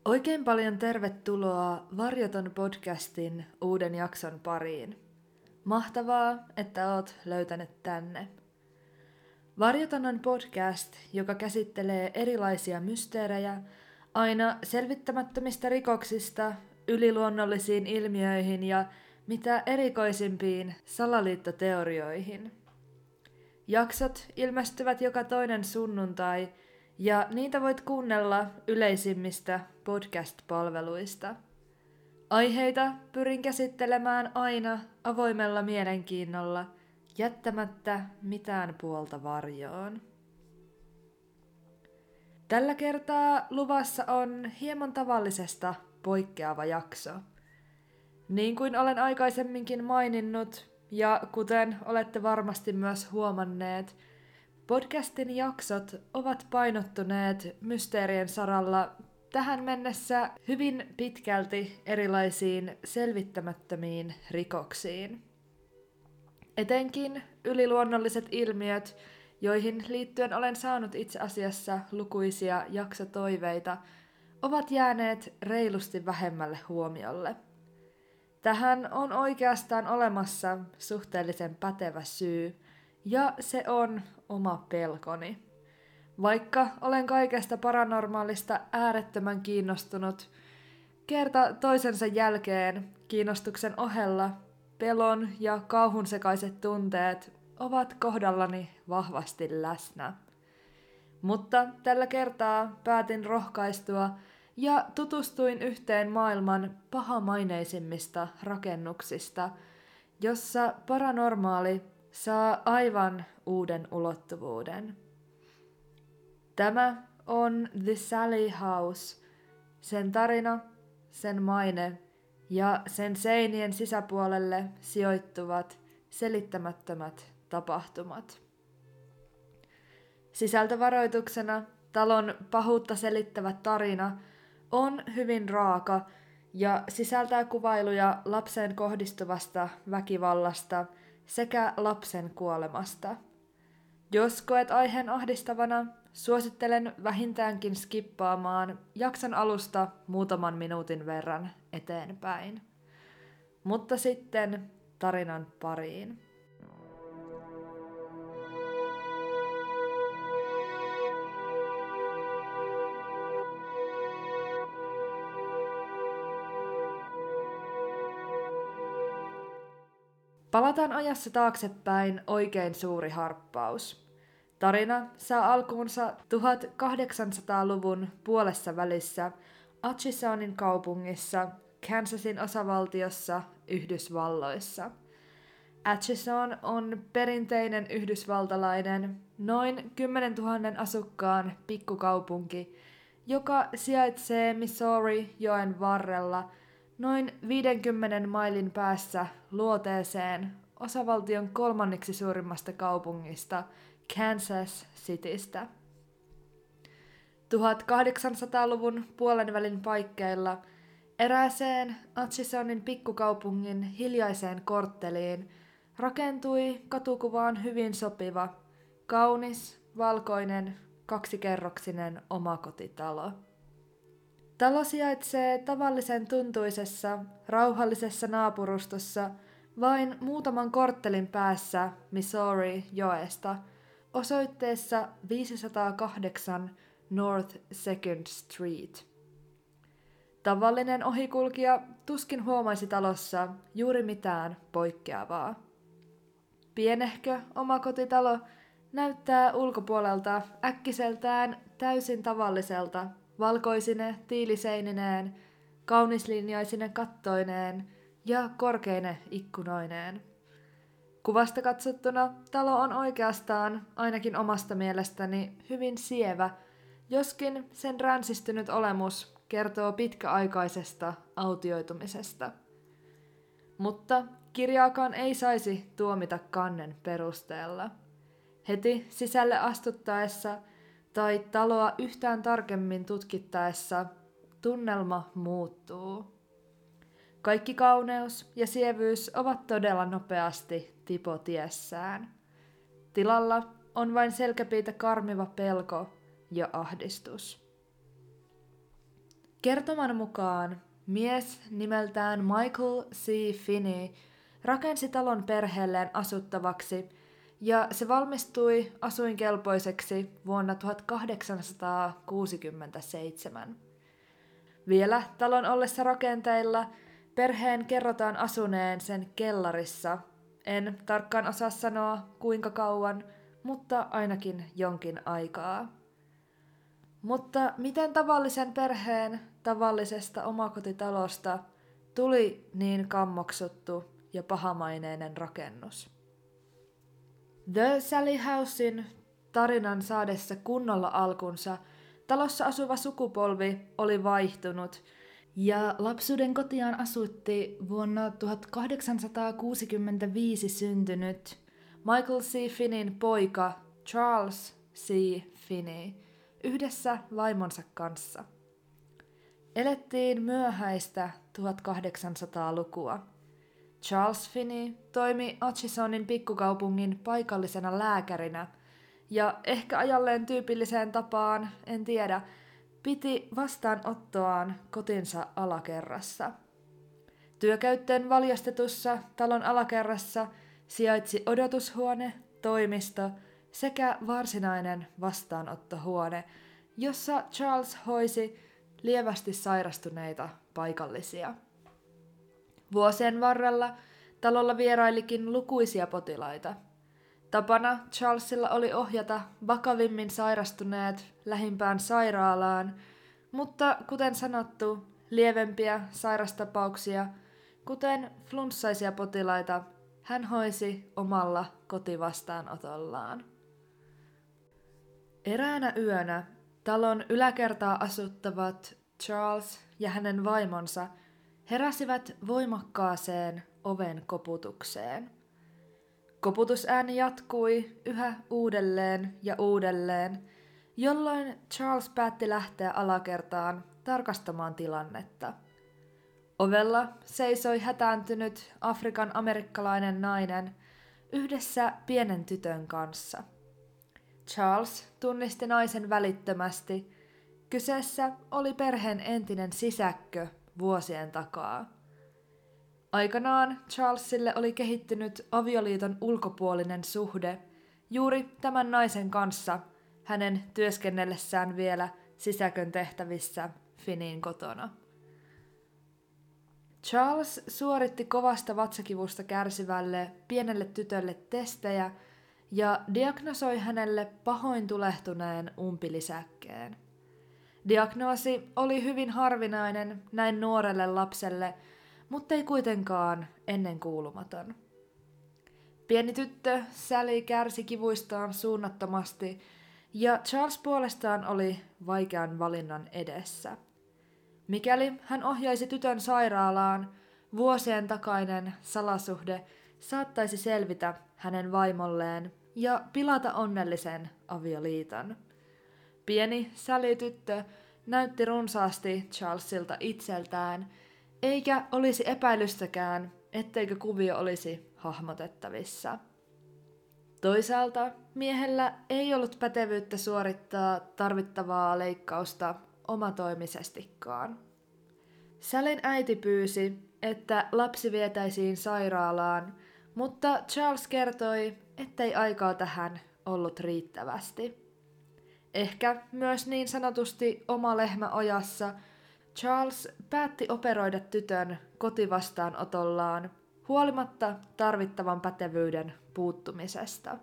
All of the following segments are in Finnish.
Oikein paljon tervetuloa Varjoton podcastin uuden jakson pariin. Mahtavaa, että oot löytänyt tänne. Varjoton on podcast, joka käsittelee erilaisia mysteerejä, aina selvittämättömistä rikoksista, yliluonnollisiin ilmiöihin ja mitä erikoisimpiin salaliittoteorioihin. Jaksot ilmestyvät joka toinen sunnuntai, ja niitä voit kuunnella yleisimmistä podcast-palveluista. Aiheita pyrin käsittelemään aina avoimella mielenkiinnolla, jättämättä mitään puolta varjoon. Tällä kertaa luvassa on hieman tavallisesta poikkeava jakso. Niin kuin olen aikaisemminkin maininnut, ja kuten olette varmasti myös huomanneet, podcastin jaksot ovat painottuneet mysteerien saralla tähän mennessä hyvin pitkälti erilaisiin selvittämättömiin rikoksiin. Etenkin yliluonnolliset ilmiöt, joihin liittyen olen saanut itse asiassa lukuisia jaksotoiveita, ovat jääneet reilusti vähemmälle huomiolle. Tähän on oikeastaan olemassa suhteellisen pätevä syy, ja se on oma pelkoni. Vaikka olen kaikesta paranormaalista äärettömän kiinnostunut, kerta toisensa jälkeen kiinnostuksen ohella pelon ja kauhun sekaiset tunteet ovat kohdallani vahvasti läsnä. Mutta tällä kertaa päätin rohkaistua ja tutustuin yhteen maailman pahamaineisimmista rakennuksista, jossa paranormaali saa aivan uuden ulottuvuuden. Tämä on The Sallie House, sen tarina, sen maine ja sen seinien sisäpuolelle sijoittuvat selittämättömät tapahtumat. Sisältövaroituksena talon pahuutta selittävä tarina on hyvin raaka ja sisältää kuvailuja lapseen kohdistuvasta väkivallasta sekä lapsen kuolemasta. Jos koet aiheen ahdistavana, suosittelen vähintäänkin skippaamaan jakson alusta muutaman minuutin verran eteenpäin. Mutta sitten tarinan pariin. Palataan ajassa taaksepäin oikein suuri harppaus. Tarina saa alkuunsa 1800-luvun puolessa välissä Atchisonin kaupungissa, Kansasin osavaltiossa, Yhdysvalloissa. Atchison on perinteinen yhdysvaltalainen, noin 10 000 asukkaan pikkukaupunki, joka sijaitsee Missouri-joen varrella noin 50 mailin päässä luoteeseen osavaltion kolmanneksi suurimmasta kaupungista, Kansas Citystä. 1800-luvun puolenvälin paikkeilla erääseen Atchisonin pikkukaupungin hiljaiseen kortteliin rakentui katukuvaan hyvin sopiva, kaunis, valkoinen, kaksikerroksinen omakotitalo. Talo sijaitsee tavallisen tuntuisessa, rauhallisessa naapurustossa vain muutaman korttelin päässä Missouri-joesta, osoitteessa 508 North 2nd Street. Tavallinen ohikulkija tuskin huomaisi talossa juuri mitään poikkeavaa. Pienehkö omakotitalo näyttää ulkopuolelta äkkiseltään täysin tavalliselta, valkoisine tiiliseinineen, kaunislinjaisine kattoineen ja korkeine ikkunoineen. Kuvasta katsottuna talo on oikeastaan, ainakin omasta mielestäni, hyvin sievä, joskin sen ränsistynyt olemus kertoo pitkäaikaisesta autioitumisesta. Mutta kirjaakaan ei saisi tuomita kannen perusteella. Heti sisälle astuttaessa tai taloa yhtään tarkemmin tutkittaessa tunnelma muuttuu. Kaikki kauneus ja sievyys ovat todella nopeasti tipotiessään. Tilalla on vain selkäpiitä karmiva pelko ja ahdistus. Kertoman mukaan mies nimeltään Michael C. Finney rakensi talon perheelleen asuttavaksi ja se valmistui asuinkelpoiseksi vuonna 1867. Vielä talon ollessa rakenteilla perheen kerrotaan asuneen sen kellarissa. En tarkkaan osaa sanoa kuinka kauan, mutta ainakin jonkin aikaa. Mutta miten tavallisen perheen tavallisesta omakotitalosta tuli niin kammoksuttu ja pahamaineinen rakennus? The Sally Housein tarinan saadessa kunnolla alkunsa talossa asuva sukupolvi oli vaihtunut ja lapsuuden kotiaan asutti vuonna 1865 syntynyt Michael C. Finneyn poika Charles C. Finney yhdessä vaimonsa kanssa. Elettiin myöhäistä 1800-lukua. Charles Finney toimi Atchisonin pikkukaupungin paikallisena lääkärinä ja ehkä ajalleen tyypilliseen tapaan, en tiedä, piti vastaanottoaan kotinsa alakerrassa. Työkäyttöön valjastetussa talon alakerrassa sijaitsi odotushuone, toimisto sekä varsinainen vastaanottohuone, jossa Charles hoisi lievästi sairastuneita paikallisia. Vuosien varrella talolla vierailikin lukuisia potilaita. Tapana Charlesilla oli ohjata vakavimmin sairastuneet lähimpään sairaalaan, mutta kuten sanottu, lievempiä sairastapauksia, kuten flunssaisia potilaita, hän hoisi omalla kotivastaanotollaan. Eräänä yönä talon yläkertaa asuttavat Charles ja hänen vaimonsa heräsivät voimakkaaseen oven koputukseen. Koputusääni jatkui yhä uudelleen ja uudelleen, jolloin Charles päätti lähteä alakertaan tarkastamaan tilannetta. Ovella seisoi hätääntynyt Afrikan amerikkalainen nainen yhdessä pienen tytön kanssa. Charles tunnisti naisen välittömästi. Kyseessä oli perheen entinen sisäkkö vuosien takaa. Aikanaan Charlesille oli kehittynyt avioliiton ulkopuolinen suhde juuri tämän naisen kanssa hänen työskennellessään vielä sisäkön tehtävissä Finneyn kotona. Charles suoritti kovasta vatsakivusta kärsivälle pienelle tytölle testejä ja diagnosoi hänelle pahoin tulehtuneen umpilisäkkeen. Diagnoosi oli hyvin harvinainen näin nuorelle lapselle, mutta ei kuitenkaan ennenkuulumaton. Pieni tyttö Sally kärsi kivuistaan suunnattomasti ja Charles puolestaan oli vaikean valinnan edessä. Mikäli hän ohjaisi tytön sairaalaan, vuosien takainen salasuhde saattaisi selvitä hänen vaimolleen ja pilata onnellisen avioliiton. Pieni Sally-tyttö näytti runsaasti Charlesilta itseltään, eikä olisi epäilystäkään, etteikö kuvio olisi hahmotettavissa. Toisaalta miehellä ei ollut pätevyyttä suorittaa tarvittavaa leikkausta omatoimisestikaan. Sallyn äiti pyysi, että lapsi vietäisiin sairaalaan, mutta Charles kertoi, ettei aikaa tähän ollut riittävästi. Ehkä myös niin sanotusti oma lehmä ojassa, Charles päätti operoida tytön kotivastaanotollaan huolimatta tarvittavan pätevyyden puuttumisesta.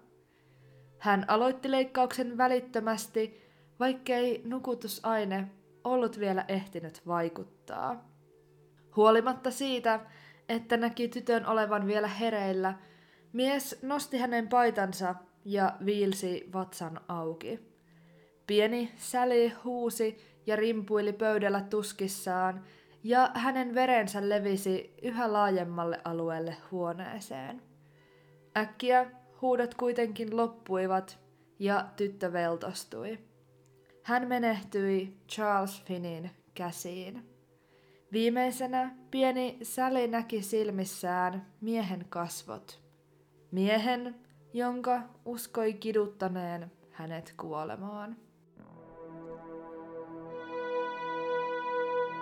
Hän aloitti leikkauksen välittömästi, vaikkei nukutusaine ollut vielä ehtinyt vaikuttaa. Huolimatta siitä, että näki tytön olevan vielä hereillä, mies nosti hänen paitansa ja viilsi vatsan auki. Pieni Sally huusi ja rimpuili pöydällä tuskissaan, ja hänen verensä levisi yhä laajemmalle alueelle huoneeseen. Äkkiä huudot kuitenkin loppuivat, ja tyttö veltostui. Hän menehtyi Charles Finneyn käsiin. Viimeisenä pieni Sally näki silmissään miehen kasvot. Miehen, jonka uskoi kiduttaneen hänet kuolemaan.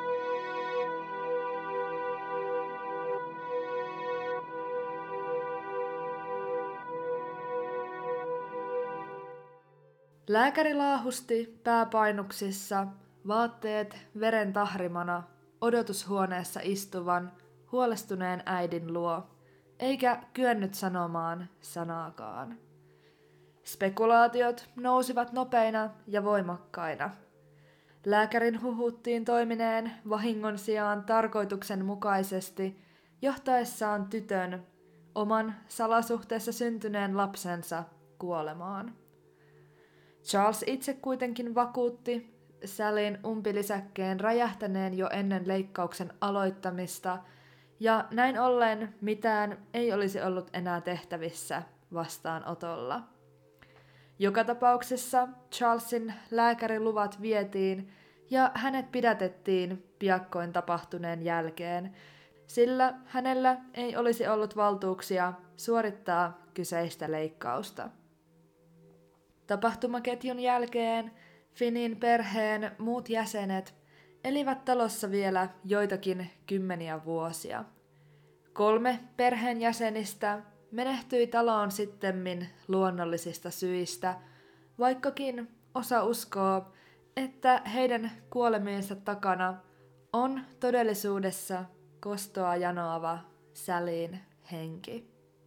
Lääkäri laahusti pääpainuksissa, vaatteet veren tahrimana, odotushuoneessa istuvan, huolestuneen äidin luo, eikä kyennyt sanomaan sanaakaan. Spekulaatiot nousivat nopeina ja voimakkaina. Lääkärin huhuttiin toimineen vahingon sijaan tarkoituksenmukaisesti johtaessaan tytön, oman salasuhteessa syntyneen lapsensa, kuolemaan. Charles itse kuitenkin vakuutti Sallyn umpilisäkkeen räjähtäneen jo ennen leikkauksen aloittamista, ja näin ollen mitään ei olisi ollut enää tehtävissä vastaanotolla. Joka tapauksessa Charlesin lääkäriluvat vietiin ja hänet pidätettiin piakkoin tapahtuneen jälkeen, sillä hänellä ei olisi ollut valtuuksia suorittaa kyseistä leikkausta. Tapahtumaketjun jälkeen Finnin perheen muut jäsenet elivät talossa vielä joitakin kymmeniä vuosia. 3 perheenjäsenistä menehtyi taloon sittemmin luonnollisista syistä, vaikkakin osa uskoo, että heidän kuolemiensa takana on todellisuudessa kostoa janoava Sallyn henki.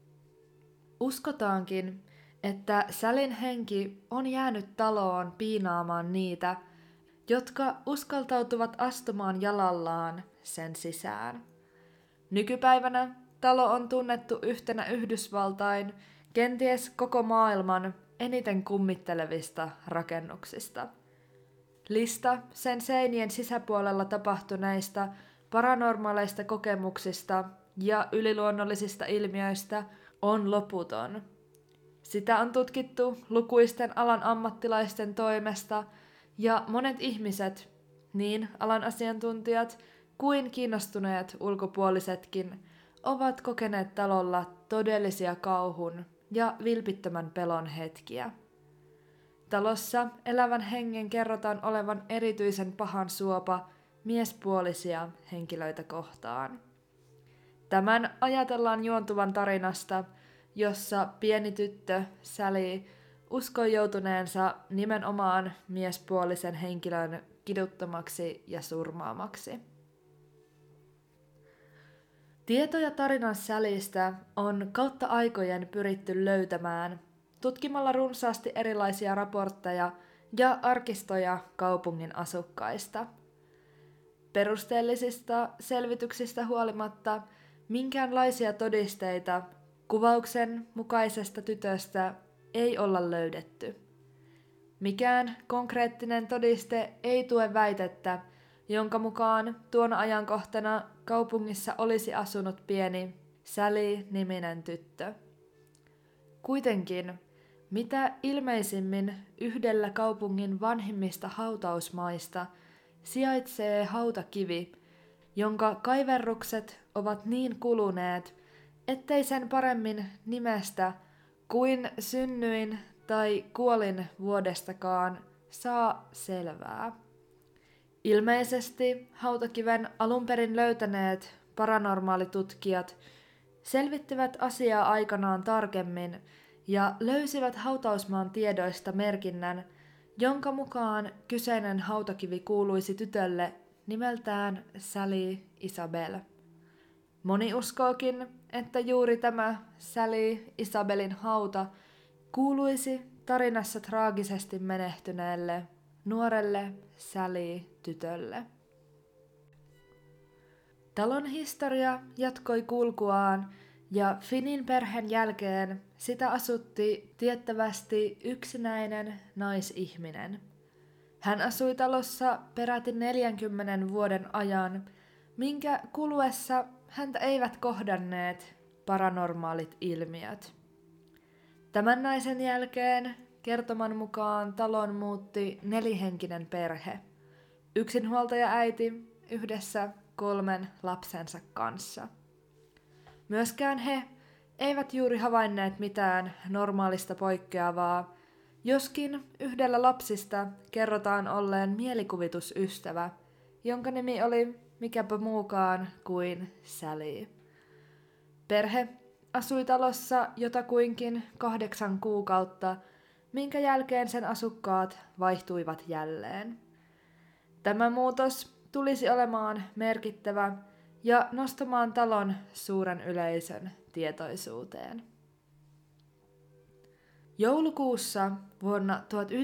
Uskotaankin, että Sallyn henki on jäänyt taloon piinaamaan niitä, jotka uskaltautuvat astumaan jalallaan sen sisään. Nykypäivänä talo on tunnettu yhtenä Yhdysvaltain, kenties koko maailman eniten kummittelevista rakennuksista. Lista sen seinien sisäpuolella tapahtuneista paranormaaleista kokemuksista ja yliluonnollisista ilmiöistä on loputon. Sitä on tutkittu lukuisten alan ammattilaisten toimesta, ja monet ihmiset, niin alan asiantuntijat kuin kiinnostuneet ulkopuolisetkin, ovat kokeneet talolla todellisia kauhun ja vilpittömän pelon hetkiä. Talossa elävän hengen kerrotaan olevan erityisen pahan suopa miespuolisia henkilöitä kohtaan. Tämän ajatellaan juontuvan tarinasta, jossa pieni tyttö Sally uskoi joutuneensa nimenomaan miespuolisen henkilön kiduttamaksi ja surmaamaksi. Tietoja tarinan Sallystä on kautta aikojen pyritty löytämään tutkimalla runsaasti erilaisia raportteja ja arkistoja kaupungin asukkaista. Perusteellisista selvityksistä huolimatta minkäänlaisia todisteita kuvauksen mukaisesta tytöstä ei olla löydetty. Mikään konkreettinen todiste ei tue väitettä, jonka mukaan tuona ajankohtana kaupungissa olisi asunut pieni Sally-niminen tyttö. Kuitenkin, mitä ilmeisimmin yhdellä kaupungin vanhimmista hautausmaista sijaitsee hautakivi, jonka kaiverrukset ovat niin kuluneet, ettei sen paremmin nimestä kuin synnyin tai kuolin vuodestakaan saa selvää. Ilmeisesti hautakiven alunperin löytäneet paranormaalitutkijat selvittivät asiaa aikanaan tarkemmin ja löysivät hautausmaan tiedoista merkinnän, jonka mukaan kyseinen hautakivi kuuluisi tytölle nimeltään Sally Isabel. Moni uskookin, että juuri tämä Sally Isabelin hauta kuuluisi tarinassa traagisesti menehtyneelle nuorelle Sally-tytölle. Talon historia jatkoi kulkuaan ja Finnin perheen jälkeen sitä asutti tiettävästi yksinäinen naisihminen. Hän asui talossa peräti 40 vuoden ajan, minkä kuluessa häntä eivät kohdanneet paranormaalit ilmiöt. Tämän naisen jälkeen kertoman mukaan taloon muutti 4-henkinen perhe, yksinhuoltaja äiti yhdessä 3 lapsensa kanssa. Myöskään he eivät juuri havainneet mitään normaalista poikkeavaa, joskin yhdellä lapsista kerrotaan olleen mielikuvitusystävä, jonka nimi oli mikäpä muukaan kuin Sally. Perhe asui talossa jotakuinkin 8 kuukautta, minkä jälkeen sen asukkaat vaihtuivat jälleen. Tämä muutos tulisi olemaan merkittävä ja nostamaan talon suuren yleisön tietoisuuteen. Joulukuussa vuonna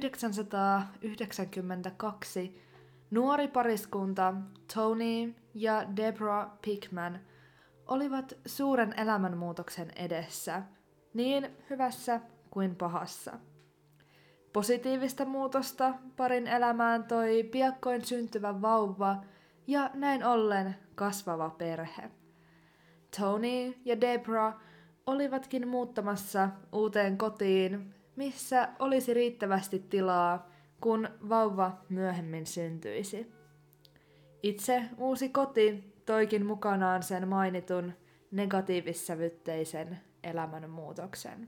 1992 nuori pariskunta Tony ja Deborah Pickman olivat suuren elämänmuutoksen edessä, niin hyvässä kuin pahassa. Positiivista muutosta parin elämään toi piakkoin syntyvä vauva ja näin ollen kasvava perhe. Tony ja Deborah olivatkin muuttamassa uuteen kotiin, missä olisi riittävästi tilaa, kun vauva myöhemmin syntyisi. Itse uusi koti toikin mukanaan sen mainitun negatiivissävytteisen elämänmuutoksen.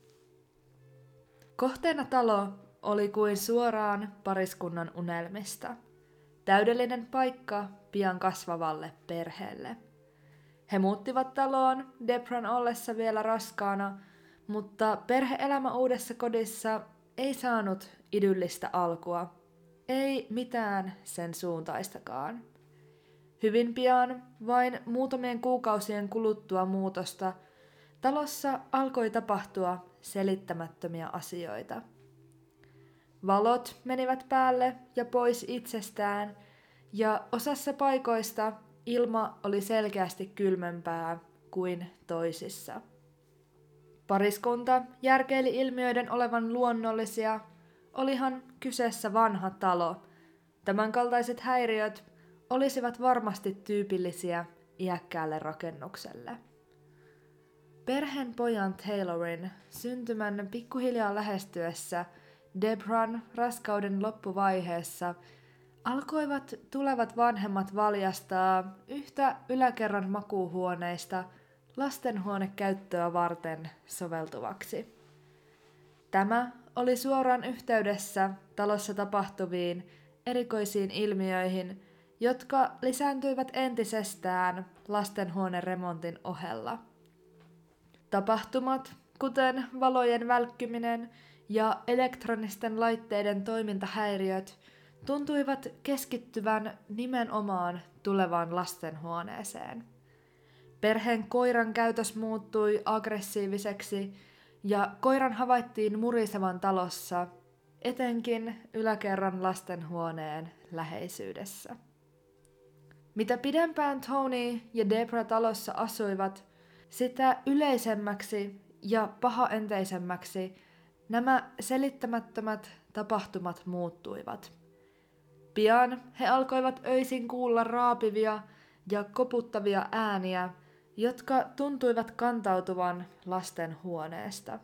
Kohteena talo oli kuin suoraan pariskunnan unelmista. Täydellinen paikka pian kasvavalle perheelle. He muuttivat taloon Debran ollessa vielä raskaana, mutta perhe-elämä uudessa kodissa ei saanut idyllistä alkua. Ei mitään sen suuntaistakaan. Hyvin pian, vain muutamien kuukausien kuluttua muutosta, talossa alkoi tapahtua selittämättömiä asioita. Valot menivät päälle ja pois itsestään, ja osassa paikoista ilma oli selkeästi kylmempää kuin toisissa. Pariskunta järkeili ilmiöiden olevan luonnollisia, olihan kyseessä vanha talo. Tämänkaltaiset häiriöt olisivat varmasti tyypillisiä iäkkäälle rakennukselle. Perheen pojan Taylorin syntymän pikkuhiljaa lähestyessä Debran raskauden loppuvaiheessa alkoivat tulevat vanhemmat valjastaa yhtä yläkerran makuuhuoneista lastenhuonekäyttöä varten soveltuvaksi. Tämä oli suoraan yhteydessä talossa tapahtuviin erikoisiin ilmiöihin, jotka lisääntyivät entisestään lastenhuoneremontin ohella. Tapahtumat, kuten valojen välkkyminen ja elektronisten laitteiden toimintahäiriöt, tuntuivat keskittyvän nimenomaan tulevaan lastenhuoneeseen. Perheen koiran käytös muuttui aggressiiviseksi ja koiran havaittiin murisevan talossa, etenkin yläkerran lastenhuoneen läheisyydessä. Mitä pidempään Tony ja Deborah talossa asuivat, sitä yleisemmäksi ja pahaenteisemmäksi nämä selittämättömät tapahtumat muuttuivat. Pian he alkoivat öisin kuulla raapivia ja koputtavia ääniä, jotka tuntuivat kantautuvan lastenhuoneesta.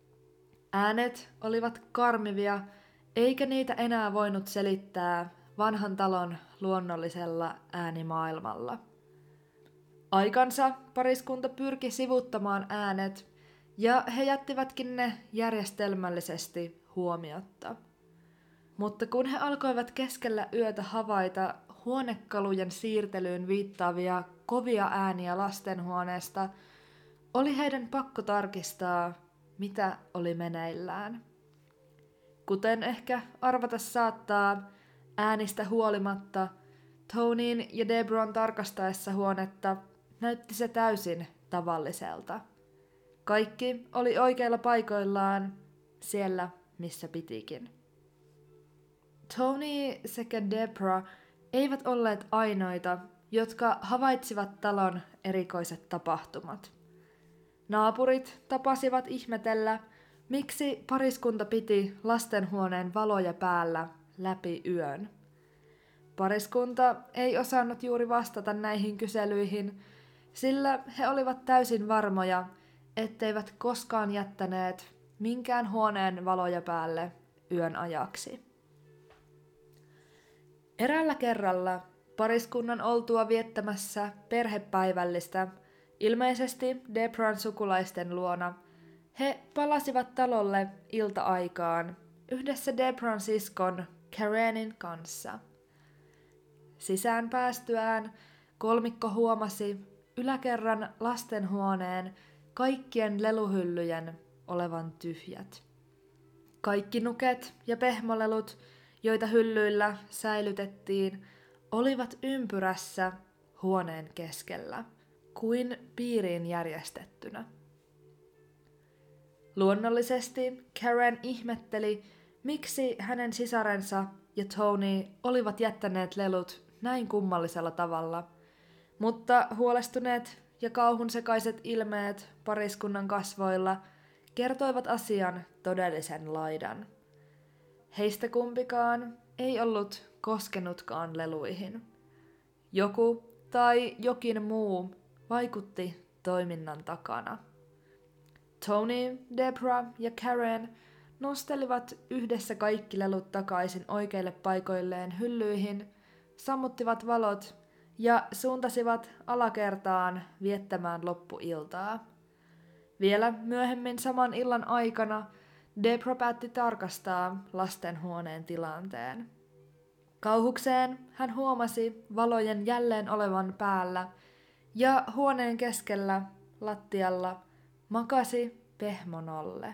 Äänet olivat karmivia, eikä niitä enää voinut selittää vanhan talon luonnollisella äänimaailmalla. Aikansa pariskunta pyrki sivuuttamaan äänet, ja he jättivätkin ne järjestelmällisesti huomiotta. Mutta kun he alkoivat keskellä yötä havaita huonekalujen siirtelyyn viittaavia kovia ääniä lastenhuoneesta, oli heidän pakko tarkistaa, mitä oli meneillään. Kuten ehkä arvata saattaa, äänistä huolimatta, Tonyn ja Debron tarkastaessa huonetta näytti se täysin tavalliselta. Kaikki oli oikeilla paikoillaan, siellä missä pitikin. Tony sekä Deborah eivät olleet ainoita, jotka havaitsivat talon erikoiset tapahtumat. Naapurit tapasivat ihmetellä, miksi pariskunta piti lastenhuoneen valoja päällä läpi yön. Pariskunta ei osannut juuri vastata näihin kyselyihin, sillä he olivat täysin varmoja, etteivät koskaan jättäneet minkään huoneen valoja päälle yön ajaksi. Eräällä kerralla pariskunnan oltua viettämässä perhepäivällistä, ilmeisesti Debran sukulaisten luona, he palasivat talolle ilta-aikaan yhdessä Debran siskon Karenin kanssa. Sisään päästyään kolmikko huomasi yläkerran lastenhuoneen kaikkien leluhyllyjen olevan tyhjät. Kaikki nuket ja pehmolelut, joita hyllyillä säilytettiin, olivat ympyrässä huoneen keskellä, kuin piiriin järjestettynä. Luonnollisesti Karen ihmetteli, miksi hänen sisarensa ja Tony olivat jättäneet lelut näin kummallisella tavalla, mutta huolestuneet ja kauhun sekaiset ilmeet pariskunnan kasvoilla kertoivat asian todellisen laidan. Heistä kumpikaan ei ollut koskenutkaan leluihin. Joku tai jokin muu vaikutti toiminnan takana. Tony, Deborah ja Karen nostelivat yhdessä kaikki lelut takaisin oikeille paikoilleen hyllyihin, sammuttivat valot ja suuntasivat alakertaan viettämään loppuiltaa. Vielä myöhemmin saman illan aikana Deborah päätti tarkastaa lastenhuoneen tilanteen. Kauhukseen hän huomasi valojen jälleen olevan päällä ja huoneen keskellä lattialla makasi pehmonolle.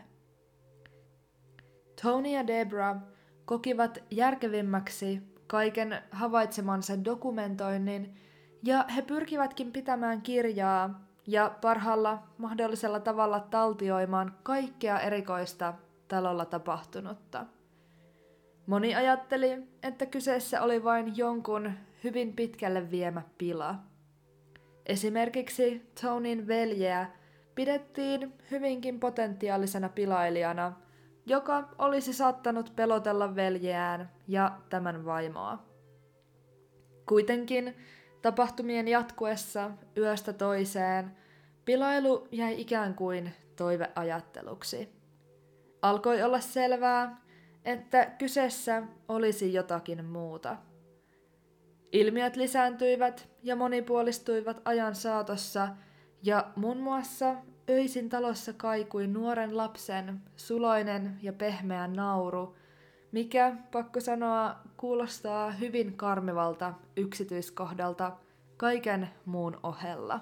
Tony ja Deborah kokivat järkevimmäksi kaiken havaitsemansa dokumentoinnin ja he pyrkivätkin pitämään kirjaa ja parhaalla mahdollisella tavalla taltioimaan kaikkea erikoista talolla tapahtunutta. Moni ajatteli, että kyseessä oli vain jonkun hyvin pitkälle viemä pila. Esimerkiksi Tonyn veljeä pidettiin hyvinkin potentiaalisena pilailijana, joka olisi saattanut pelotella veljeään ja tämän vaimoa. Kuitenkin tapahtumien jatkuessa yöstä toiseen pilailu jäi ikään kuin toiveajatteluksi. Alkoi olla selvää, että kyseessä olisi jotakin muuta. Ilmiöt lisääntyivät ja monipuolistuivat ajan saatossa, ja muun muassa öisin talossa kaikui nuoren lapsen suloinen ja pehmeä nauru, mikä, pakko sanoa, kuulostaa hyvin karmivalta yksityiskohdalta kaiken muun ohella.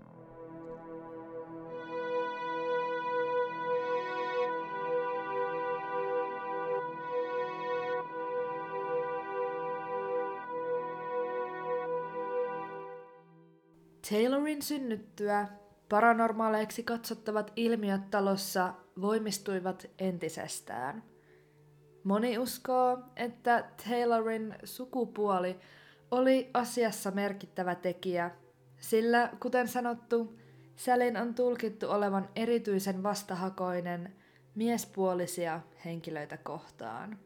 Taylorin synnyttyä paranormaaleiksi katsottavat ilmiöt talossa voimistuivat entisestään. Moni uskoo, että Taylorin sukupuoli oli asiassa merkittävä tekijä, sillä kuten sanottu, Sallyn on tulkittu olevan erityisen vastahakoinen miespuolisia henkilöitä kohtaan.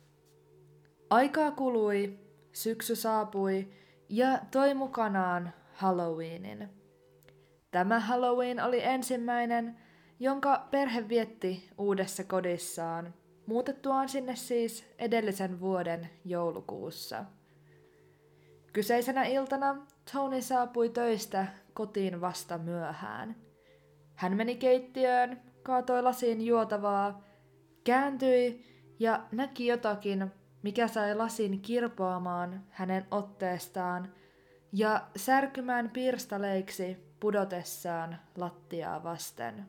Aikaa kului, syksy saapui ja toi mukanaan Halloweenin. Tämä Halloween oli ensimmäinen, jonka perhe vietti uudessa kodissaan, muutettuaan sinne siis edellisen vuoden joulukuussa. Kyseisenä iltana Tony saapui töistä kotiin vasta myöhään. Hän meni keittiöön, kaatoi lasiin juotavaa, kääntyi ja näki jotakin, mikä sai lasin kirpoamaan hänen otteestaan ja särkymään pirstaleiksi pudotessaan lattiaa vasten.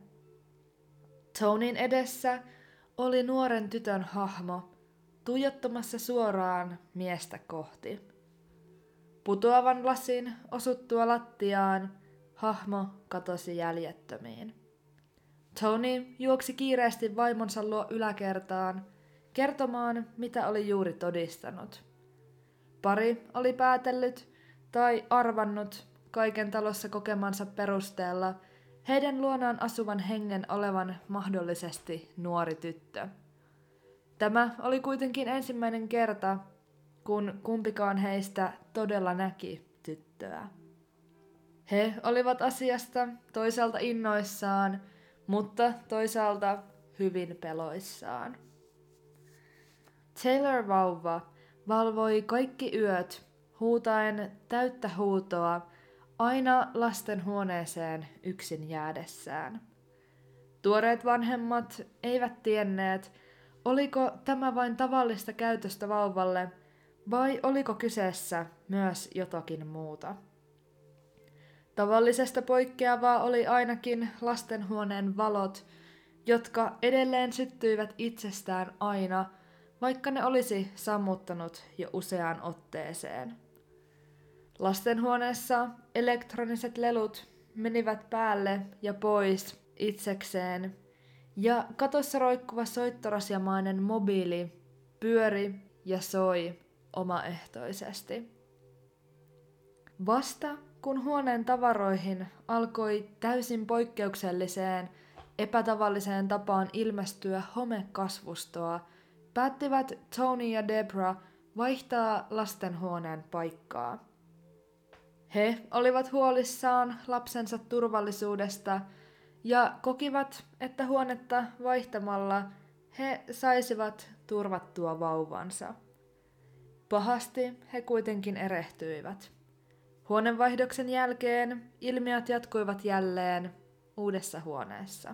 Tonyn edessä oli nuoren tytön hahmo, tuijottamassa suoraan miestä kohti. Putoavan lasin osuttua lattiaan hahmo katosi jäljettömiin. Tony juoksi kiireesti vaimonsa luo yläkertaan, kertomaan, mitä oli juuri todistanut. Pari oli päätellyt tai arvannut kaiken talossa kokemansa perusteella heidän luonaan asuvan hengen olevan mahdollisesti nuori tyttö. Tämä oli kuitenkin ensimmäinen kerta, kun kumpikaan heistä todella näki tyttöä. He olivat asiasta toisaalta innoissaan, mutta toisaalta hyvin peloissaan. Taylor-vauva valvoi kaikki yöt, huutaen täyttä huutoa aina lasten huoneeseen yksin jäädessään. Tuoreet vanhemmat eivät tienneet, oliko tämä vain tavallista käytöstä vauvalle vai oliko kyseessä myös jotakin muuta. Tavallisesta poikkeavaa oli ainakin lastenhuoneen valot, jotka edelleen syttyivät itsestään aina, vaikka ne olisi sammuttanut jo useaan otteeseen. Lastenhuoneessa elektroniset lelut menivät päälle ja pois itsekseen, ja katossa roikkuva soittorasiamainen mobiili pyöri ja soi omaehtoisesti. Vasta kun huoneen tavaroihin alkoi täysin poikkeukselliseen, epätavalliseen tapaan ilmestyä homekasvustoa, päättivät Tony ja Debra vaihtaa lastenhuoneen paikkaa. He olivat huolissaan lapsensa turvallisuudesta ja kokivat, että huonetta vaihtamalla he saisivat turvattua vauvansa. Pahasti he kuitenkin erehtyivät. Huonevaihdoksen jälkeen ilmiöt jatkuivat jälleen uudessa huoneessa.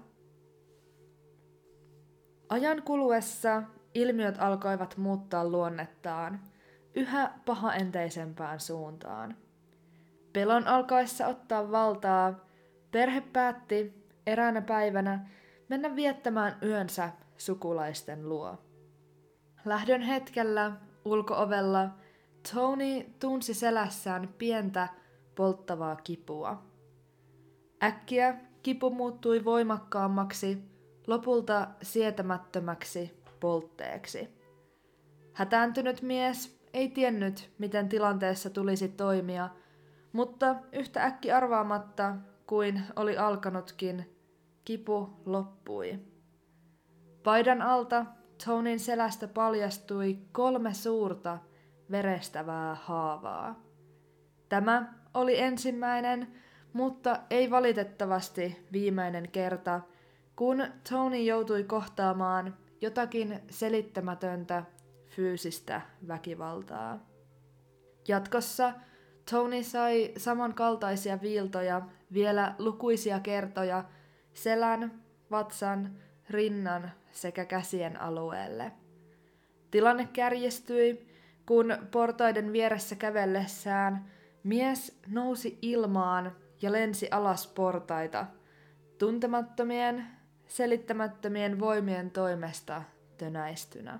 Ajan kuluessa ilmiöt alkoivat muuttaa luonnettaan yhä pahaenteisempään suuntaan. Pelon alkaessa ottaa valtaa, perhe päätti eräänä päivänä mennä viettämään yönsä sukulaisten luo. Lähdön hetkellä ulko-ovella Tony tunsi selässään pientä polttavaa kipua. Äkkiä kipu muuttui voimakkaammaksi, lopulta sietämättömäksi poltteeksi. Hätääntynyt mies ei tiennyt, miten tilanteessa tulisi toimia, mutta yhtä äkki arvaamatta kuin oli alkanutkin, kipu loppui. Paidan alta Tonyn selästä paljastui 3 suurta verestävää haavaa. Tämä oli ensimmäinen, mutta ei valitettavasti viimeinen kerta, kun Tony joutui kohtaamaan jotakin selittämätöntä fyysistä väkivaltaa. Jatkossa Tony sai samankaltaisia viiltoja vielä lukuisia kertoja selän, vatsan, rinnan sekä käsien alueelle. Tilanne kärjistyi, kun portaiden vieressä kävellessään mies nousi ilmaan ja lensi alas portaita, tuntemattomien, selittämättömien voimien toimesta tönäistynä.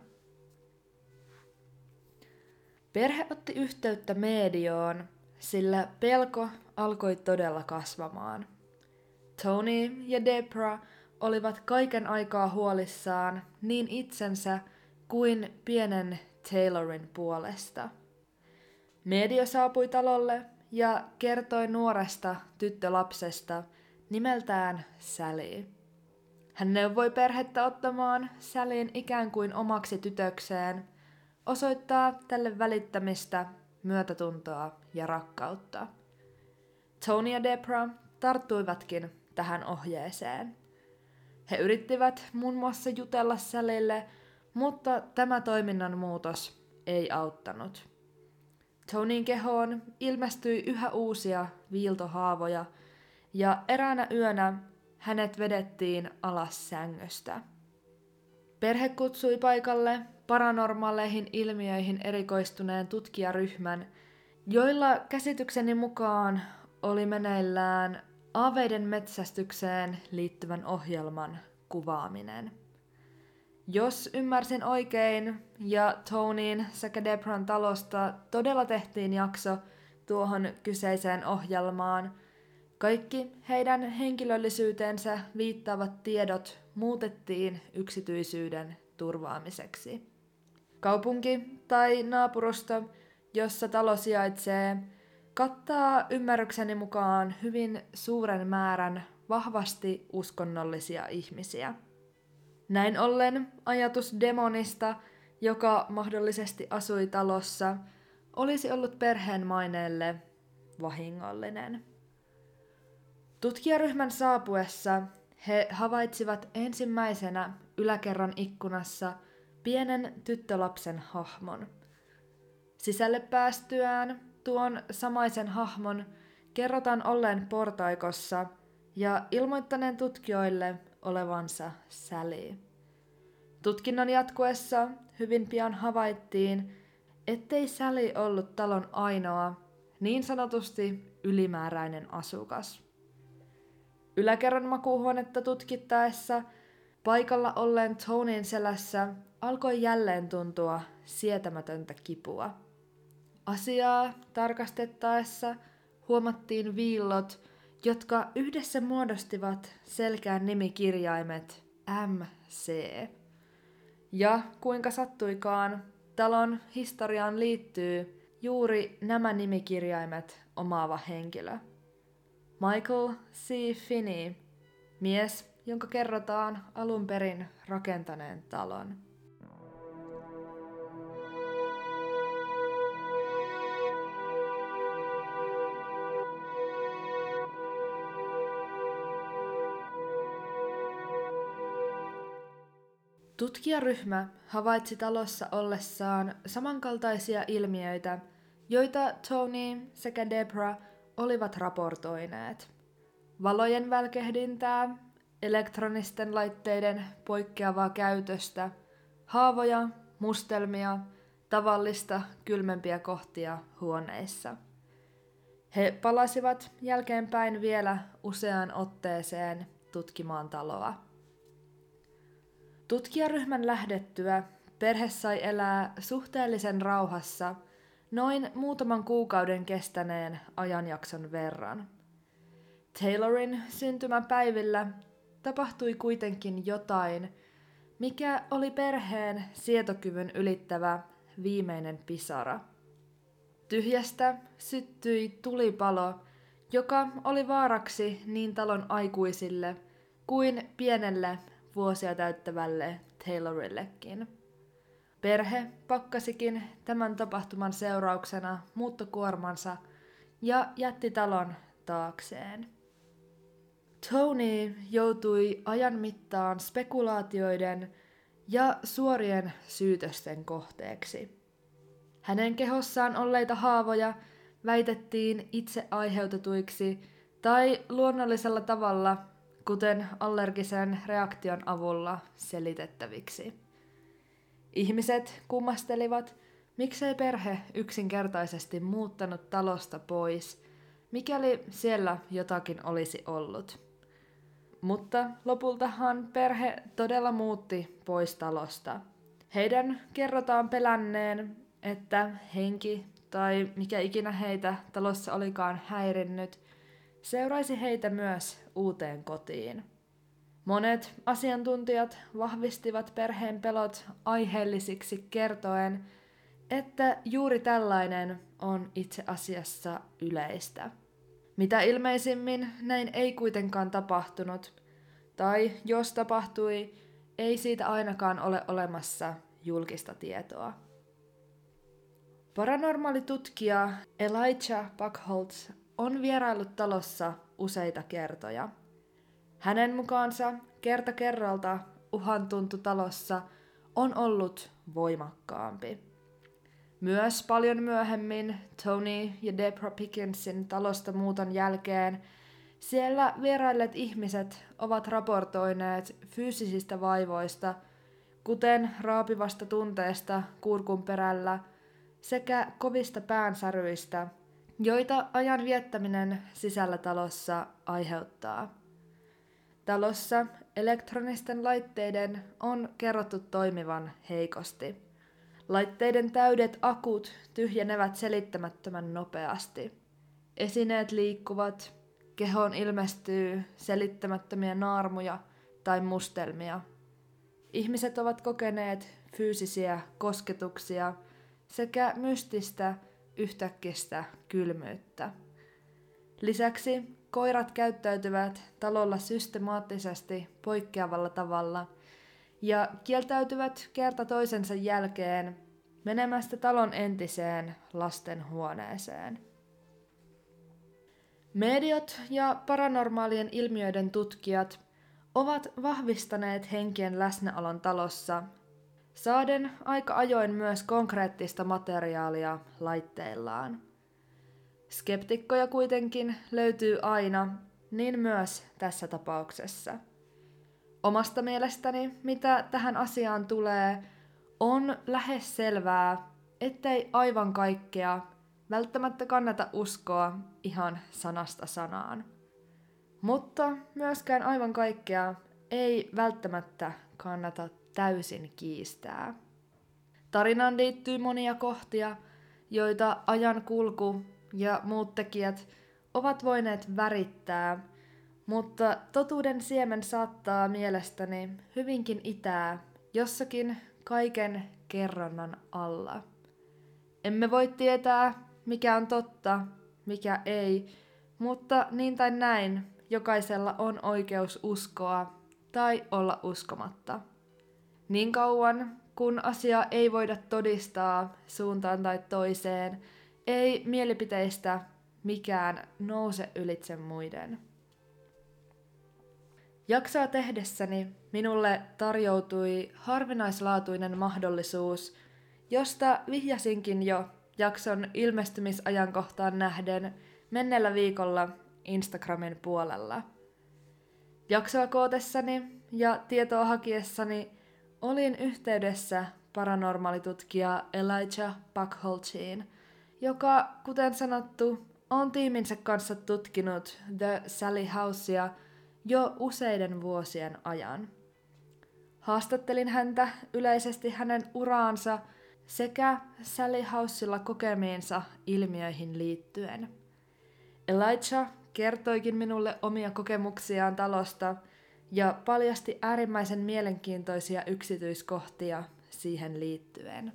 Perhe otti yhteyttä medioon, sillä pelko alkoi todella kasvamaan. Tony ja Debra olivat kaiken aikaa huolissaan niin itsensä kuin pienen Taylorin puolesta. Media saapui talolle ja kertoi nuoresta tyttölapsesta nimeltään Sally. Hän neuvoi perhettä ottamaan Sallyn ikään kuin omaksi tytökseen, osoittaa tälle välittämistä, myötätuntoa ja rakkautta. Tony ja Debra tarttuivatkin tähän ohjeeseen. He yrittivät muun muassa jutella Sallylle, mutta tämä toiminnan muutos ei auttanut. Tonyn kehoon ilmestyi yhä uusia viiltohaavoja ja eräänä yönä hänet vedettiin alas sängystä. Perhe kutsui paikalle paranormaaleihin ilmiöihin erikoistuneen tutkijaryhmän, joilla käsitykseni mukaan oli meneillään aaveiden metsästykseen liittyvän ohjelman kuvaaminen. Jos ymmärsin oikein ja Tonyn sekä Debran talosta todella tehtiin jakso tuohon kyseiseen ohjelmaan, kaikki heidän henkilöllisyyteensä viittaavat tiedot muutettiin yksityisyyden turvaamiseksi. Kaupunki tai naapurusto, jossa talo sijaitsee, kattaa ymmärrykseni mukaan hyvin suuren määrän vahvasti uskonnollisia ihmisiä. Näin ollen ajatus demonista, joka mahdollisesti asui talossa, olisi ollut perheen maineelle vahingollinen. Tutkijaryhmän saapuessa he havaitsivat ensimmäisenä yläkerran ikkunassa pienen tyttölapsen hahmon. Sisälle päästyään tuon samaisen hahmon kerrotaan olleen portaikossa ja ilmoittaneen tutkijoille olevansa Sally. Tutkinnon jatkuessa hyvin pian havaittiin, ettei Sally ollut talon ainoa, niin sanotusti ylimääräinen asukas. Yläkerran makuuhuonetta tutkittaessa Paikalla olleen Tonin selässä alkoi jälleen tuntua sietämätöntä kipua. Asiaa tarkastettaessa huomattiin viillot, jotka yhdessä muodostivat selkään nimikirjaimet MC. Ja kuinka sattuikaan, talon historiaan liittyy juuri nämä nimikirjaimet omaava henkilö. Michael C. Finney, mies, jonka kerrotaan alun perin rakentaneen talon. Tutkijaryhmä havaitsi talossa ollessaan samankaltaisia ilmiöitä, joita Tony sekä Debra olivat raportoineet. Valojen välkehdintää, elektronisten laitteiden poikkeavaa käytöstä, haavoja, mustelmia, tavallista kylmempiä kohtia huoneissa. He palasivat jälkeenpäin vielä useaan otteeseen tutkimaan taloa. Tutkijaryhmän lähdettyä perhe sai elää suhteellisen rauhassa noin muutaman kuukauden kestäneen ajanjakson verran. Taylorin syntymäpäivillä tapahtui kuitenkin jotain, mikä oli perheen sietokyvyn ylittävä viimeinen pisara. Tyhjästä syttyi tulipalo, joka oli vaaraksi niin talon aikuisille kuin pienelle vuosia täyttävälle Taylorillekin. Perhe pakkasikin tämän tapahtuman seurauksena muuttokuormansa ja jätti talon taakseen. Tony joutui ajan mittaan spekulaatioiden ja suorien syytösten kohteeksi. Hänen kehossaan olleita haavoja väitettiin itse aiheutetuiksi tai luonnollisella tavalla, kuten allergisen reaktion avulla selitettäviksi. Ihmiset kummastelivat, miksei perhe yksinkertaisesti muuttanut talosta pois, mikäli siellä jotakin olisi ollut. Mutta lopultahan perhe todella muutti pois talosta. Heidän kerrotaan pelänneen, että henki tai mikä ikinä heitä talossa olikaan häirinnyt, seuraisi heitä myös uuteen kotiin. Monet asiantuntijat vahvistivat perheen pelot aiheellisiksi kertoen, että juuri tällainen on itse asiassa yleistä. Mitä ilmeisimmin näin ei kuitenkaan tapahtunut, tai jos tapahtui, ei siitä ainakaan ole olemassa julkista tietoa. Paranormaali tutkija Elijah Buchholz on vieraillut talossa useita kertoja. Hänen mukaansa kerta kerralta uhantuntu talossa on ollut voimakkaampi. Myös paljon myöhemmin Tony ja Debra Pickensin talosta muuton jälkeen siellä vierailleet ihmiset ovat raportoineet fyysisistä vaivoista, kuten raapivasta tunteesta kurkun perällä sekä kovista päänsäryistä, joita ajan viettäminen sisällä talossa aiheuttaa. Talossa elektronisten laitteiden on kerrottu toimivan heikosti. Laitteiden täydet akut tyhjenevät selittämättömän nopeasti. Esineet liikkuvat, kehoon ilmestyy selittämättömiä naarmuja tai mustelmia. Ihmiset ovat kokeneet fyysisiä kosketuksia sekä mystistä yhtäkkistä kylmyyttä. Lisäksi koirat käyttäytyvät talolla systemaattisesti poikkeavalla tavalla ja kieltäytyvät kerta toisensa jälkeen menemästä talon entiseen lastenhuoneeseen. Mediot ja paranormaalien ilmiöiden tutkijat ovat vahvistaneet henkien läsnäolon talossa, saaden aika ajoin myös konkreettista materiaalia laitteillaan. Skeptikkoja kuitenkin löytyy aina, niin myös tässä tapauksessa. Omasta mielestäni, mitä tähän asiaan tulee, on lähes selvää, ettei aivan kaikkea välttämättä kannata uskoa ihan sanasta sanaan. Mutta myöskään aivan kaikkea ei välttämättä kannata täysin kiistää. Tarinaan liittyy monia kohtia, joita ajan kulku ja muut tekijät ovat voineet värittää, mutta totuuden siemen saattaa mielestäni hyvinkin itää jossakin kaiken kerronnan alla. Emme voi tietää, mikä on totta, mikä ei, mutta niin tai näin, jokaisella on oikeus uskoa tai olla uskomatta. Niin kauan, kun asiaa ei voida todistaa suuntaan tai toiseen, ei mielipiteistä mikään nouse ylitse muiden. Jaksoa tehdessäni minulle tarjoutui harvinaislaatuinen mahdollisuus, josta vihjasinkin jo jakson ilmestymisajankohtaan nähden menneellä viikolla Instagramin puolella. Jaksoa kootessani ja tietoa hakiessani olin yhteydessä paranormaalitutkija Elijah Buchholziin, joka, kuten sanottu, on tiiminsä kanssa tutkinut The Sally Housea jo useiden vuosien ajan. Haastattelin häntä yleisesti hänen uraansa sekä Sally Housella kokemiinsa ilmiöihin liittyen. Elijah kertoikin minulle omia kokemuksiaan talosta ja paljasti äärimmäisen mielenkiintoisia yksityiskohtia siihen liittyen.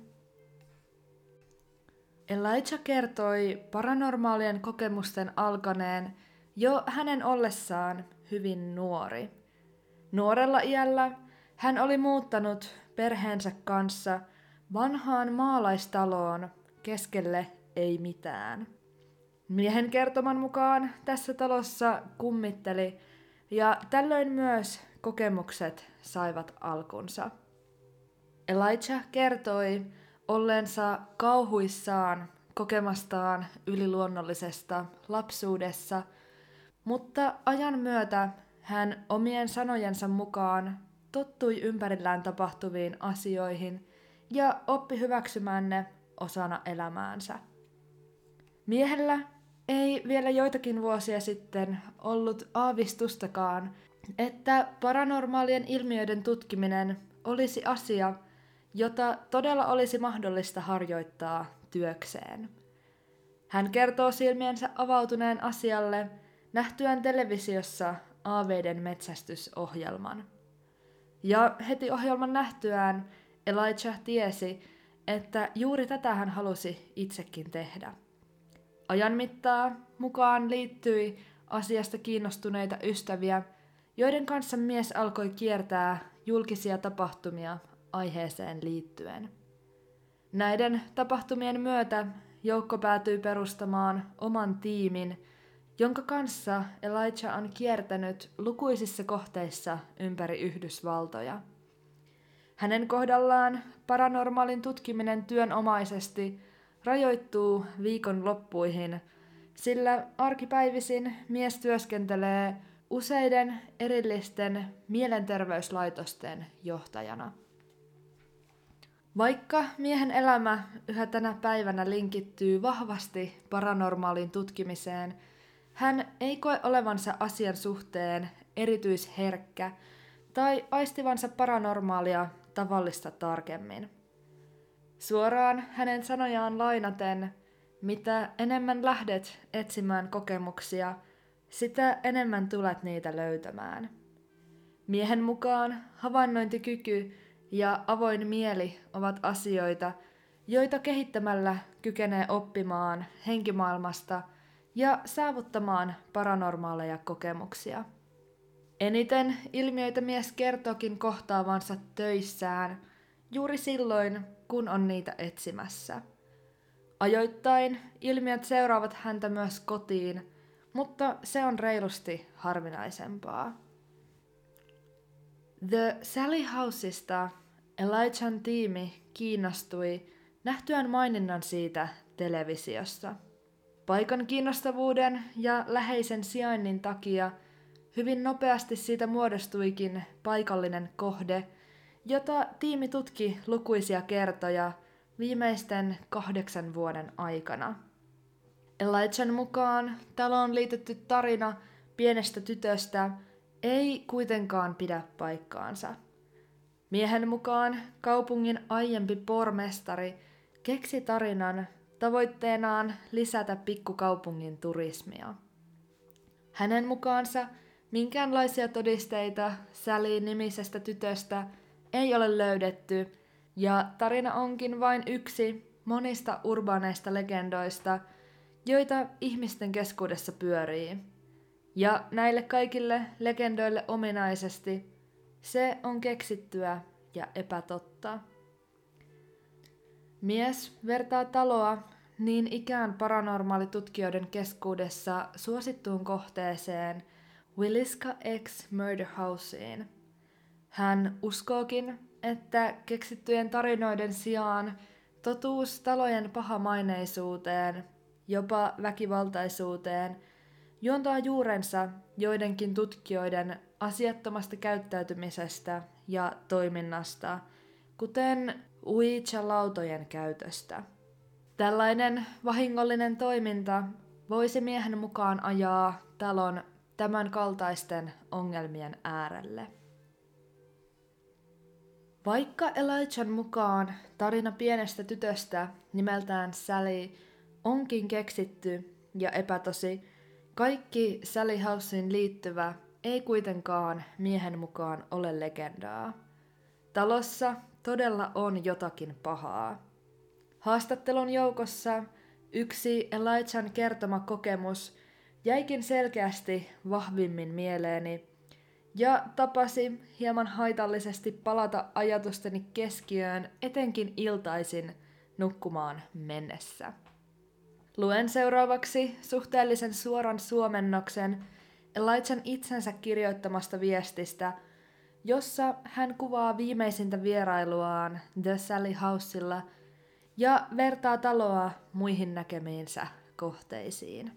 Elijah kertoi paranormaalien kokemusten alkaneen jo hänen ollessaan hyvin nuori. Nuorella iällä hän oli muuttanut perheensä kanssa vanhaan maalaistaloon keskelle ei mitään. Miehen kertoman mukaan tässä talossa kummitteli ja tällöin myös kokemukset saivat alkunsa. Elijah kertoi olleensa kauhuissaan kokemastaan yliluonnollisesta lapsuudessa, mutta ajan myötä hän omien sanojensa mukaan tottui ympärillään tapahtuviin asioihin ja oppi hyväksymään ne osana elämäänsä. Miehellä ei vielä joitakin vuosia sitten ollut aavistustakaan, että paranormaalien ilmiöiden tutkiminen olisi asia, jota todella olisi mahdollista harjoittaa työkseen. Hän kertoo silmiensä avautuneen asialle nähtyään televisiossa aaveiden metsästysohjelman. Ja heti ohjelman nähtyään Elijah tiesi, että juuri tätä hän halusi itsekin tehdä. Ajan mittaan mukaan liittyi asiasta kiinnostuneita ystäviä, joiden kanssa mies alkoi kiertää julkisia tapahtumia aiheeseen liittyen. Näiden tapahtumien myötä joukko päätyi perustamaan oman tiimin, jonka kanssa Elijah on kiertänyt lukuisissa kohteissa ympäri Yhdysvaltoja. Hänen kohdallaan paranormaalin tutkiminen työnomaisesti rajoittuu viikonloppuihin, sillä arkipäivisin mies työskentelee useiden erillisten mielenterveyslaitosten johtajana. Vaikka miehen elämä yhä tänä päivänä linkittyy vahvasti paranormaaliin tutkimiseen, hän ei koe olevansa asian suhteen erityisherkkä tai aistivansa paranormaalia tavallista tarkemmin. Suoraan hänen sanojaan lainaten, mitä enemmän lähdet etsimään kokemuksia, sitä enemmän tulet niitä löytämään. Miehen mukaan havainnointikyky ja avoin mieli ovat asioita, joita kehittämällä kykenee oppimaan henkimaailmasta ja saavuttamaan paranormaaleja kokemuksia. Eniten ilmiöitä mies kertookin kohtaavansa töissään juuri silloin, kun on niitä etsimässä. Ajoittain ilmiöt seuraavat häntä myös kotiin, mutta se on reilusti harvinaisempaa. The Sally Housesta Elijahn tiimi kiinnostui nähtyään maininnan siitä televisiossa. Paikan kiinnostavuuden ja läheisen sijainnin takia hyvin nopeasti siitä muodostuikin paikallinen kohde, jota tiimi tutki lukuisia kertoja viimeisten 8 vuoden aikana. Elijahn mukaan taloon liitetty tarina pienestä tytöstä ei kuitenkaan pidä paikkaansa. Miehen mukaan kaupungin aiempi pormestari keksi tarinan tavoitteenaan lisätä pikkukaupungin turismia. Hänen mukaansa minkäänlaisia todisteita Sally-nimisestä tytöstä ei ole löydetty, ja tarina onkin vain yksi monista urbaaneista legendoista, joita ihmisten keskuudessa pyörii. Ja näille kaikille legendoille ominaisesti se on keksittyä ja epätotta. Mies vertaa taloa niin ikään paranormaalitutkijoiden keskuudessa suosittuun kohteeseen Williska X Murder Houseen. Hän uskookin, että keksittyjen tarinoiden sijaan totuus talojen pahamaineisuuteen, jopa väkivaltaisuuteen, juontaa juurensa joidenkin tutkijoiden asiattomasta käyttäytymisestä ja toiminnasta, kuten Ouija-lautojen käytöstä. Tällainen vahingollinen toiminta voisi miehen mukaan ajaa talon tämän kaltaisten ongelmien äärelle. Vaikka Elijahn mukaan tarina pienestä tytöstä nimeltään Sally onkin keksitty ja epätosi, kaikki Sally Houseen liittyvä ei kuitenkaan miehen mukaan ole legendaa. Talossa todella on jotakin pahaa. Haastattelun joukossa yksi Elijahn kertoma kokemus jäikin selkeästi vahvimmin mieleeni ja tapasi hieman haitallisesti palata ajatusteni keskiöön etenkin iltaisin nukkumaan mennessä. Luen seuraavaksi suhteellisen suoran suomennoksen Elijahn itsensä kirjoittamasta viestistä, jossa hän kuvaa viimeisintä vierailuaan The Sally Housella ja vertaa taloa muihin näkemiinsä kohteisiin.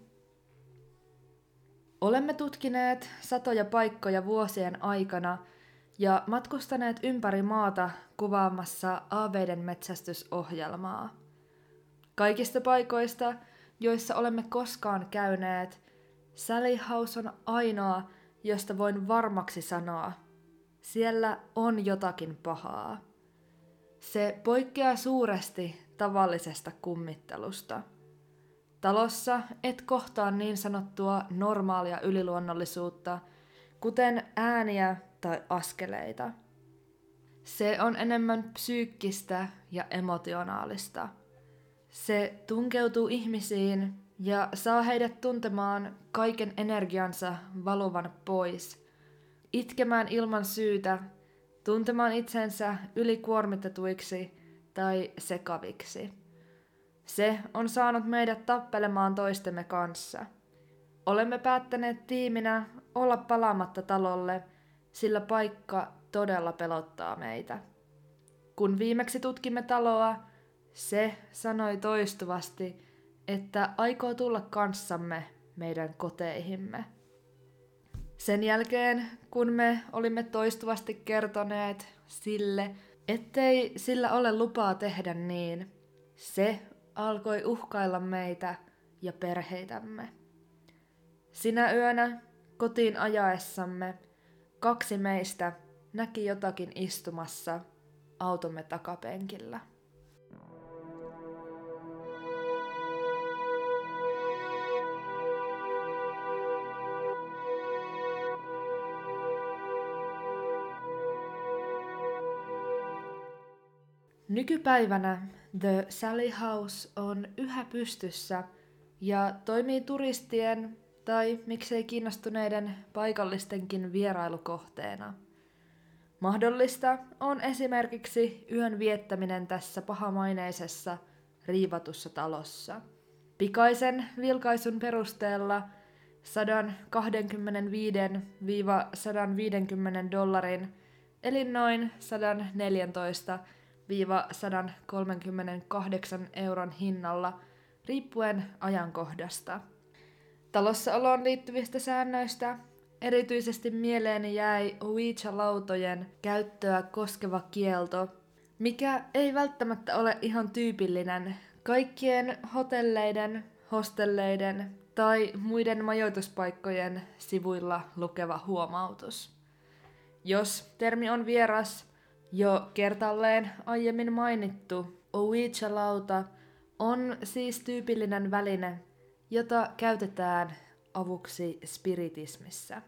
Olemme tutkineet satoja paikkoja vuosien aikana ja matkustaneet ympäri maata kuvaamassa aaveiden metsästysohjelmaa. Kaikista paikoista, joissa olemme koskaan käyneet, Sally House on ainoa, josta voin varmaksi sanoa, siellä on jotakin pahaa. Se poikkeaa suuresti tavallisesta kummittelusta. Talossa et kohtaa niin sanottua normaalia yliluonnollisuutta, kuten ääniä tai askeleita. Se on enemmän psyykkistä ja emotionaalista. Se tunkeutuu ihmisiin ja saa heidät tuntemaan kaiken energiansa valuvan pois, itkemään ilman syytä, tuntemaan itsensä ylikuormitetuiksi tai sekaviksi. Se on saanut meidät tappelemaan toistemme kanssa. Olemme päättäneet tiiminä olla palaamatta talolle, sillä paikka todella pelottaa meitä. Kun viimeksi tutkimme taloa, se sanoi toistuvasti, että aikoo tulla kanssamme meidän koteihimme. Sen jälkeen, kun me olimme toistuvasti kertoneet sille, ettei sillä ole lupaa tehdä niin, se alkoi uhkailla meitä ja perheitämme. Sinä yönä kotiin ajaessamme 2 meistä näki jotakin istumassa automme takapenkillä. Nykypäivänä The Sally House on yhä pystyssä ja toimii turistien tai miksei kiinnostuneiden paikallistenkin vierailukohteena. Mahdollista on esimerkiksi yön viettäminen tässä pahamaineisessa, riivatussa talossa. Pikaisen vilkaisun perusteella $125–150 eli noin 114–138 hinnalla, riippuen ajankohdasta. Talossaoloon liittyvistä säännöistä erityisesti mieleeni jäi Ouija-lautojen käyttöä koskeva kielto, mikä ei välttämättä ole ihan tyypillinen kaikkien hotelleiden, hostelleiden tai muiden majoituspaikkojen sivuilla lukeva huomautus. Jos termi on vieras, jo kertalleen aiemmin mainittu Ouija-lauta on siis tyypillinen väline, jota käytetään avuksi spiritismissä.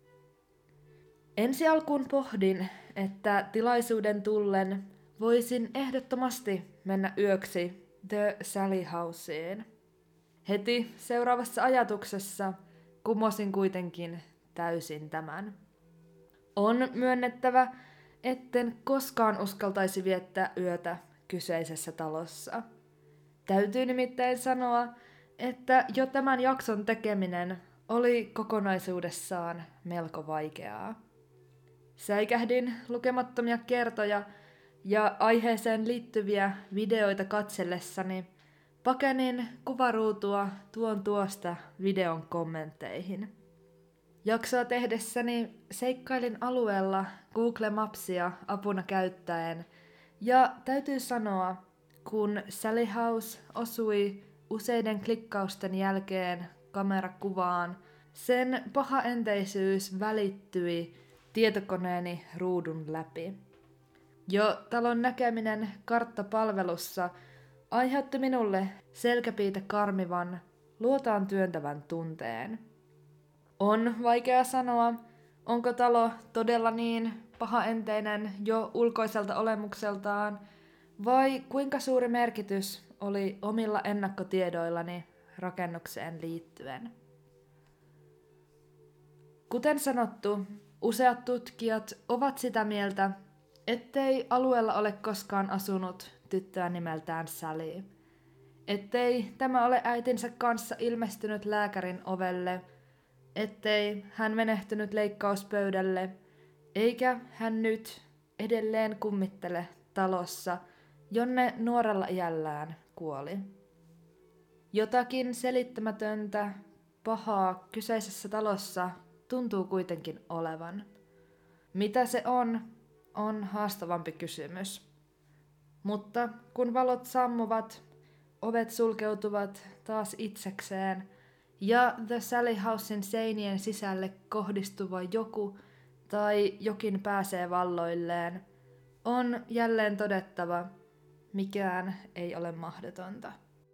Ensi alkuun pohdin, että tilaisuuden tullen voisin ehdottomasti mennä yöksi The Sally Houseen. Heti seuraavassa ajatuksessa kumosin kuitenkin täysin tämän. On myönnettävä, etten koskaan uskaltaisi viettää yötä kyseisessä talossa. Täytyy nimittäin sanoa, että jo tämän jakson tekeminen oli kokonaisuudessaan melko vaikeaa. Säikähdin lukemattomia kertoja ja aiheeseen liittyviä videoita katsellessani pakenin kuvaruutua tuosta videon kommentteihin. Jaksoa tehdessäni seikkailin alueella Google Mapsia apuna käyttäen, ja täytyy sanoa, kun Sally House osui useiden klikkausten jälkeen kamerakuvaan, sen pahaenteisyys välittyi tietokoneeni ruudun läpi. Jo talon näkeminen karttapalvelussa aiheutti minulle selkäpiitä karmivan, luotaan työntävän tunteen. On vaikea sanoa, onko talo todella niin pahaenteinen jo ulkoiselta olemukseltaan, vai kuinka suuri merkitys oli omilla ennakkotiedoillani rakennukseen liittyen. Kuten sanottu, useat tutkijat ovat sitä mieltä, ettei alueella ole koskaan asunut tyttöä nimeltään Sally. Ettei tämä ole äitinsä kanssa ilmestynyt lääkärin ovelle, ettei hän menehtynyt leikkauspöydälle, eikä hän nyt edelleen kummittele talossa, jonne nuorella iällään kuoli. Jotakin selittämätöntä, pahaa kyseisessä talossa tuntuu kuitenkin olevan. Mitä se on haastavampi kysymys. Mutta kun valot sammuvat, ovet sulkeutuvat taas itsekseen ja The Sally Housen seinien sisälle kohdistuva joku tai jokin pääsee valloilleen, on jälleen todettava, mikään ei ole mahdotonta.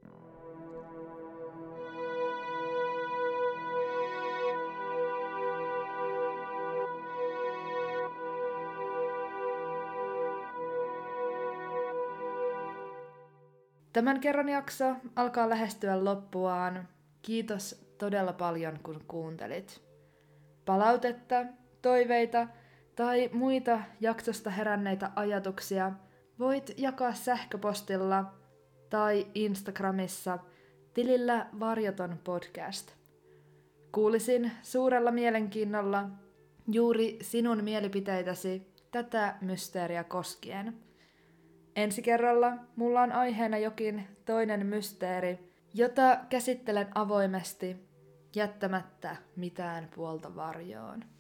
Tämän kerran jakso alkaa lähestyä loppuaan. Kiitos todella paljon, kun kuuntelit. Palautetta, toiveita tai muita jaksosta heränneitä ajatuksia voit jakaa sähköpostilla tai Instagramissa tilillä Varjoton podcast. Kuulisin suurella mielenkiinnolla juuri sinun mielipiteitäsi tätä mysteeriä koskien. Ensi kerralla mulla on aiheena jokin toinen mysteeri, jota käsittelen avoimesti, jättämättä mitään puolta varjoon.